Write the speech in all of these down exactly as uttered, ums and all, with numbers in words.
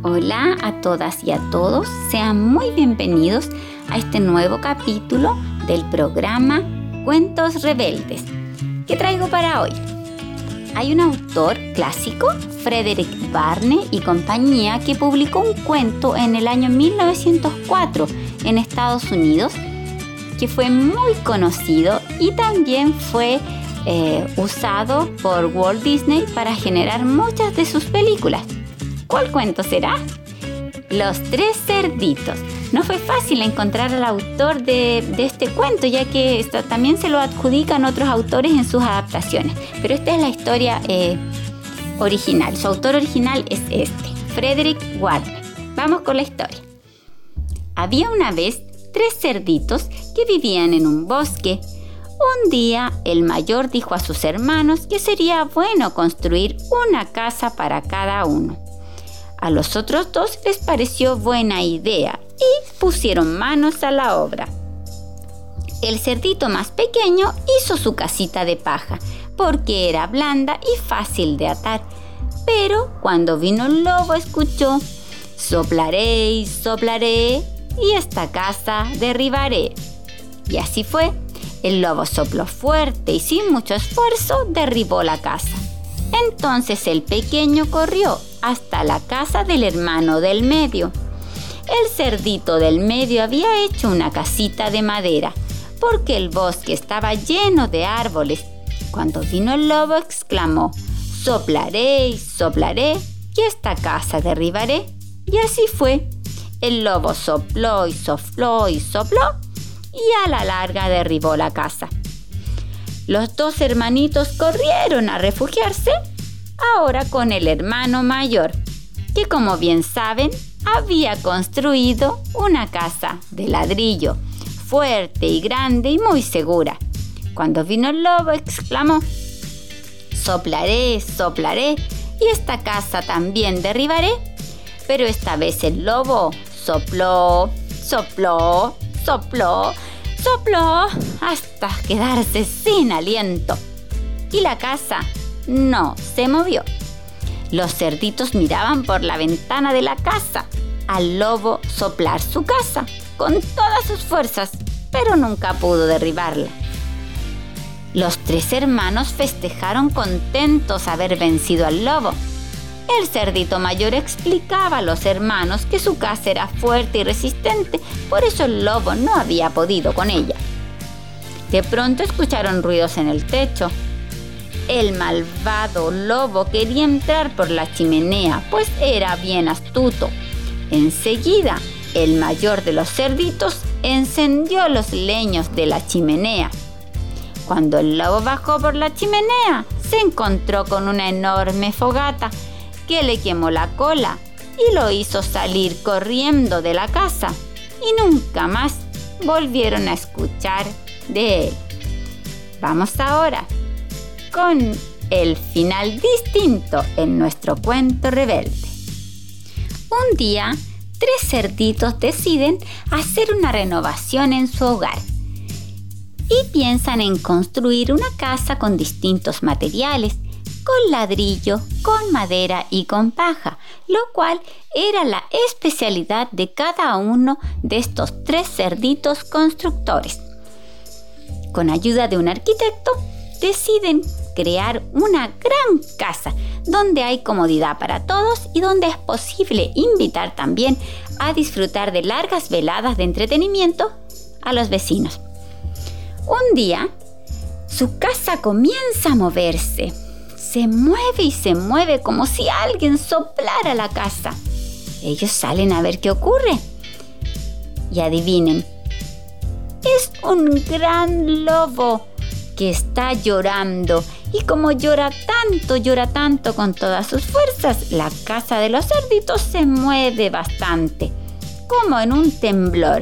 Hola a todas y a todos, sean muy bienvenidos a este nuevo capítulo del programa Cuentos Rebeldes. ¿Qué traigo para hoy? Hay un autor clásico, Frederick Varney y compañía, que publicó un cuento en el año mil novecientos cuatro en Estados Unidos, que fue muy conocido y también fue eh, usado por Walt Disney para generar muchas de sus películas. ¿Cuál cuento será? Los tres cerditos. No fue fácil encontrar al autor de, de este cuento, ya que esto también se lo adjudican otros autores en sus adaptaciones. Pero esta es la historia eh, original. Su autor original es este, Frederick Varney. Vamos con la historia. Había una vez tres cerditos que vivían en un bosque. Un día, el mayor dijo a sus hermanos que sería bueno construir una casa para cada uno. A los otros dos les pareció buena idea y pusieron manos a la obra. El cerdito más pequeño hizo su casita de paja porque era blanda y fácil de atar. Pero cuando vino el lobo escuchó: soplaré y soplaré y esta casa derribaré. Y así fue. El lobo sopló fuerte y sin mucho esfuerzo derribó la casa. Entonces el pequeño corrió hasta la casa del hermano del medio. El cerdito del medio había hecho una casita de madera porque el bosque estaba lleno de árboles. Cuando vino el lobo exclamó: soplaré y soplaré y esta casa derribaré. Y así fue. El lobo sopló y sopló y sopló y a la larga derribó la casa. Los dos hermanitos corrieron a refugiarse, ahora con el hermano mayor, que como bien saben, había construido una casa de ladrillo, fuerte y grande y muy segura. Cuando vino el lobo exclamó: soplaré, soplaré y esta casa también derribaré. Pero esta vez el lobo sopló, sopló, sopló, sopló hasta quedarse sin aliento. Y la casa no se movió. Los cerditos miraban por la ventana de la casa al lobo soplar su casa con todas sus fuerzas, pero nunca pudo derribarla. Los tres hermanos festejaron contentos haber vencido al lobo. El cerdito mayor explicaba a los hermanos que su casa era fuerte y resistente, por eso el lobo no había podido con ella. De pronto escucharon ruidos en el techo. El malvado lobo quería entrar por la chimenea, pues era bien astuto. Enseguida, el mayor de los cerditos encendió los leños de la chimenea. Cuando el lobo bajó por la chimenea, se encontró con una enorme fogata que le quemó la cola y lo hizo salir corriendo de la casa, y nunca más volvieron a escuchar de él. Vamos ahora con el final distinto en nuestro cuento rebelde. Un día, tres cerditos deciden hacer una renovación en su hogar y piensan en construir una casa con distintos materiales, con ladrillo, con madera y con paja, lo cual era la especialidad de cada uno de estos tres cerditos constructores. Con ayuda de un arquitecto, deciden crear una gran casa donde hay comodidad para todos y donde es posible invitar también a disfrutar de largas veladas de entretenimiento a los vecinos. Un día, su casa comienza a moverse. Se mueve y se mueve como si alguien soplara la casa. Ellos salen a ver qué ocurre. Y adivinen, es un gran lobo que está llorando. Y como llora tanto, llora tanto con todas sus fuerzas, la casa de los cerditos se mueve bastante, como en un temblor.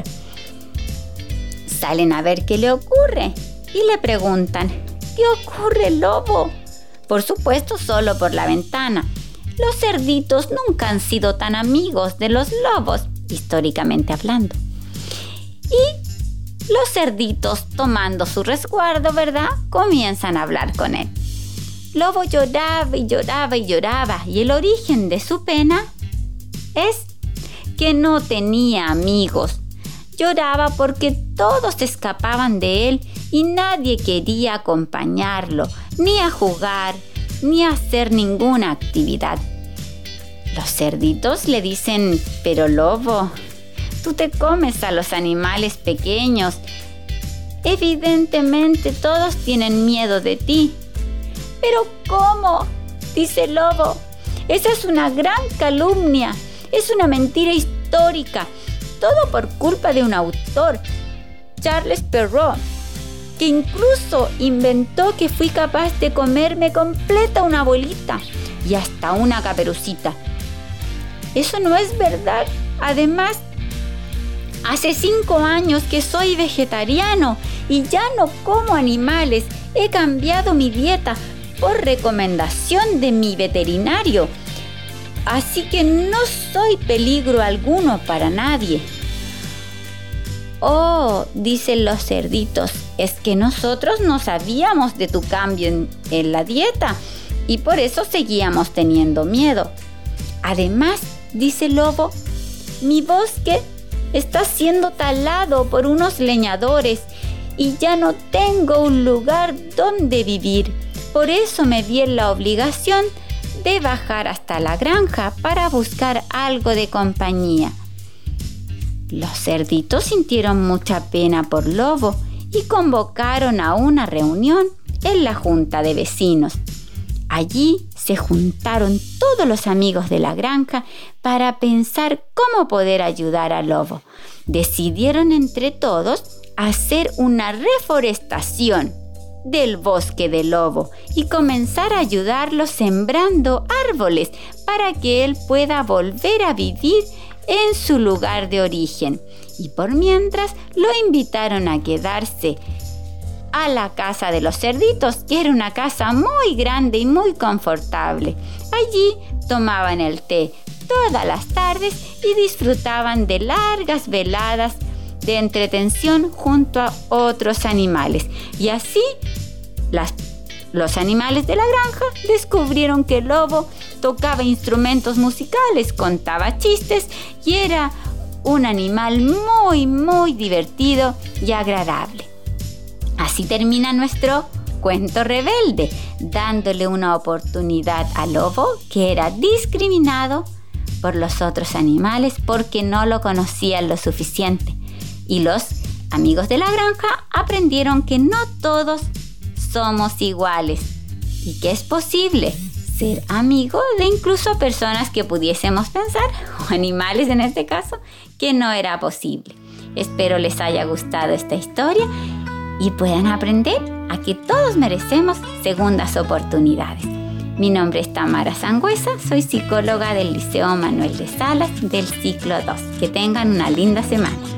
Salen a ver qué le ocurre y le preguntan: ¿qué ocurre, lobo? Por supuesto, solo por la ventana. Los cerditos nunca han sido tan amigos de los lobos, históricamente hablando. Y los cerditos, tomando su resguardo, ¿verdad?, comienzan a hablar con él. Lobo lloraba y lloraba y lloraba, y el origen de su pena es que no tenía amigos. Lloraba porque todos escapaban de él y nadie quería acompañarlo, ni a jugar, ni a hacer ninguna actividad. Los cerditos le dicen: pero lobo, tú te comes a los animales pequeños. Evidentemente todos tienen miedo de ti. ¿Pero cómo?, dice el lobo. Esa es una gran calumnia, es una mentira histórica. Todo por culpa de un autor, Charles Perrault, que incluso inventó que fui capaz de comerme completa una bolita y hasta una caperucita. Eso no es verdad. Además, hace cinco años que soy vegetariano y ya no como animales. He cambiado mi dieta por recomendación de mi veterinario. Así que no soy peligro alguno para nadie. Oh, dicen los cerditos, es que nosotros no sabíamos de tu cambio en, en la dieta y por eso seguíamos teniendo miedo. Además, dice el lobo, mi bosque está siendo talado por unos leñadores y ya no tengo un lugar donde vivir. Por eso me vi en la obligación de bajar hasta la granja para buscar algo de compañía. Los cerditos sintieron mucha pena por Lobo y convocaron a una reunión en la junta de vecinos. Allí se juntaron todos los amigos de la granja para pensar cómo poder ayudar a Lobo. Decidieron entre todos hacer una reforestación del bosque de Lobo y comenzar a ayudarlo sembrando árboles para que él pueda volver a vivir en su lugar de origen. Y por mientras lo invitaron a quedarse a la casa de los cerditos, que era una casa muy grande y muy confortable. Allí tomaban el té todas las tardes y disfrutaban de largas veladas de entretención junto a otros animales. Y así las, los animales de la granja descubrieron que el lobo tocaba instrumentos musicales, contaba chistes y era un animal muy, muy divertido y agradable. Así termina nuestro cuento rebelde, dándole una oportunidad al lobo que era discriminado por los otros animales porque no lo conocían lo suficiente. Y los amigos de la granja aprendieron que no todos somos iguales y que es posible ser amigo de incluso personas que pudiésemos pensar, o animales en este caso, que no era posible. Espero les haya gustado esta historia y puedan aprender a que todos merecemos segundas oportunidades. Mi nombre es Tamara Sangüesa, soy psicóloga del Liceo Manuel de Salas del ciclo dos. Que tengan una linda semana.